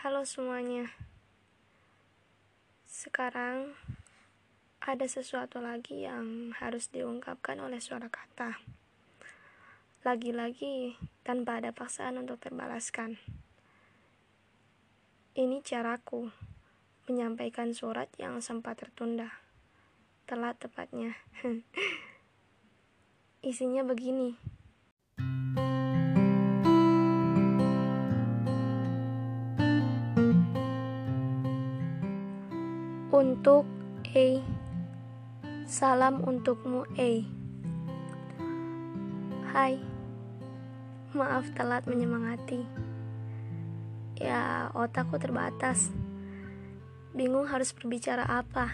Halo semuanya. Sekarang ada sesuatu lagi yang harus diungkapkan oleh suara kata. Lagi-lagi tanpa ada paksaan untuk terbalaskan. Ini caraku menyampaikan surat yang sempat tertunda. Telat tepatnya. Isinya begini. Untuk A. Salam untukmu A. Hai. Maaf telat menyemangati. Ya, otakku terbatas. Bingung harus berbicara apa.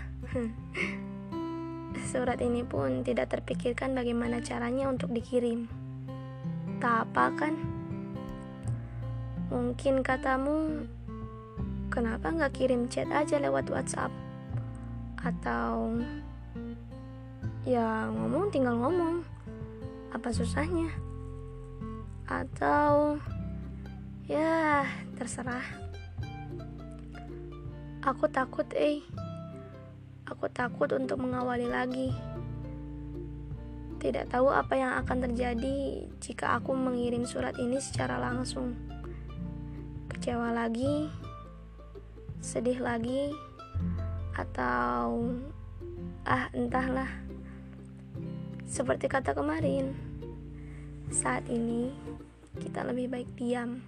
Surat ini pun tidak terpikirkan bagaimana caranya untuk dikirim. Tak apa kan? Mungkin katamu, kenapa gak kirim chat aja lewat WhatsApp? Atau ya ngomong tinggal ngomong, apa susahnya? Atau ya terserah. Aku takut Aku takut untuk mengawali lagi. Tidak tahu apa yang akan terjadi jika aku mengirim surat ini secara langsung. Kecewa lagi, sedih lagi, atau entahlah. Seperti kata kemarin, saat ini kita lebih baik diam.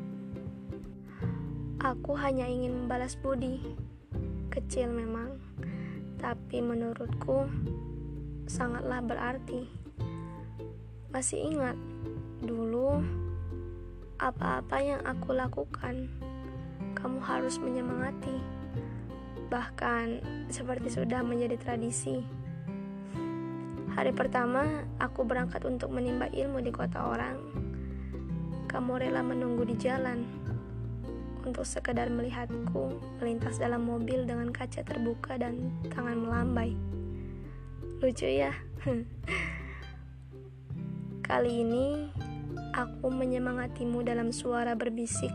Aku hanya ingin membalas budi. Kecil memang, tapi menurutku sangatlah berarti. Masih ingat dulu apa-apa yang aku lakukan, kamu harus menyemangati. Bahkan seperti sudah menjadi tradisi. Hari pertama aku berangkat untuk menimba ilmu di kota orang. Kamu rela menunggu di jalan untuk sekedar melihatku melintas dalam mobil dengan kaca terbuka dan tangan melambai. Lucu ya? Kali ini aku menyemangatimu dalam suara berbisik,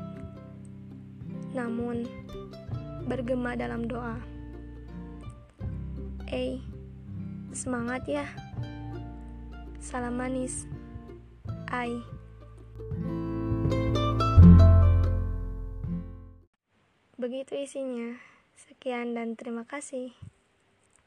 namun bergema dalam doa. Semangat ya. Salam manis. Ai. Begitu isinya. Sekian dan terima kasih.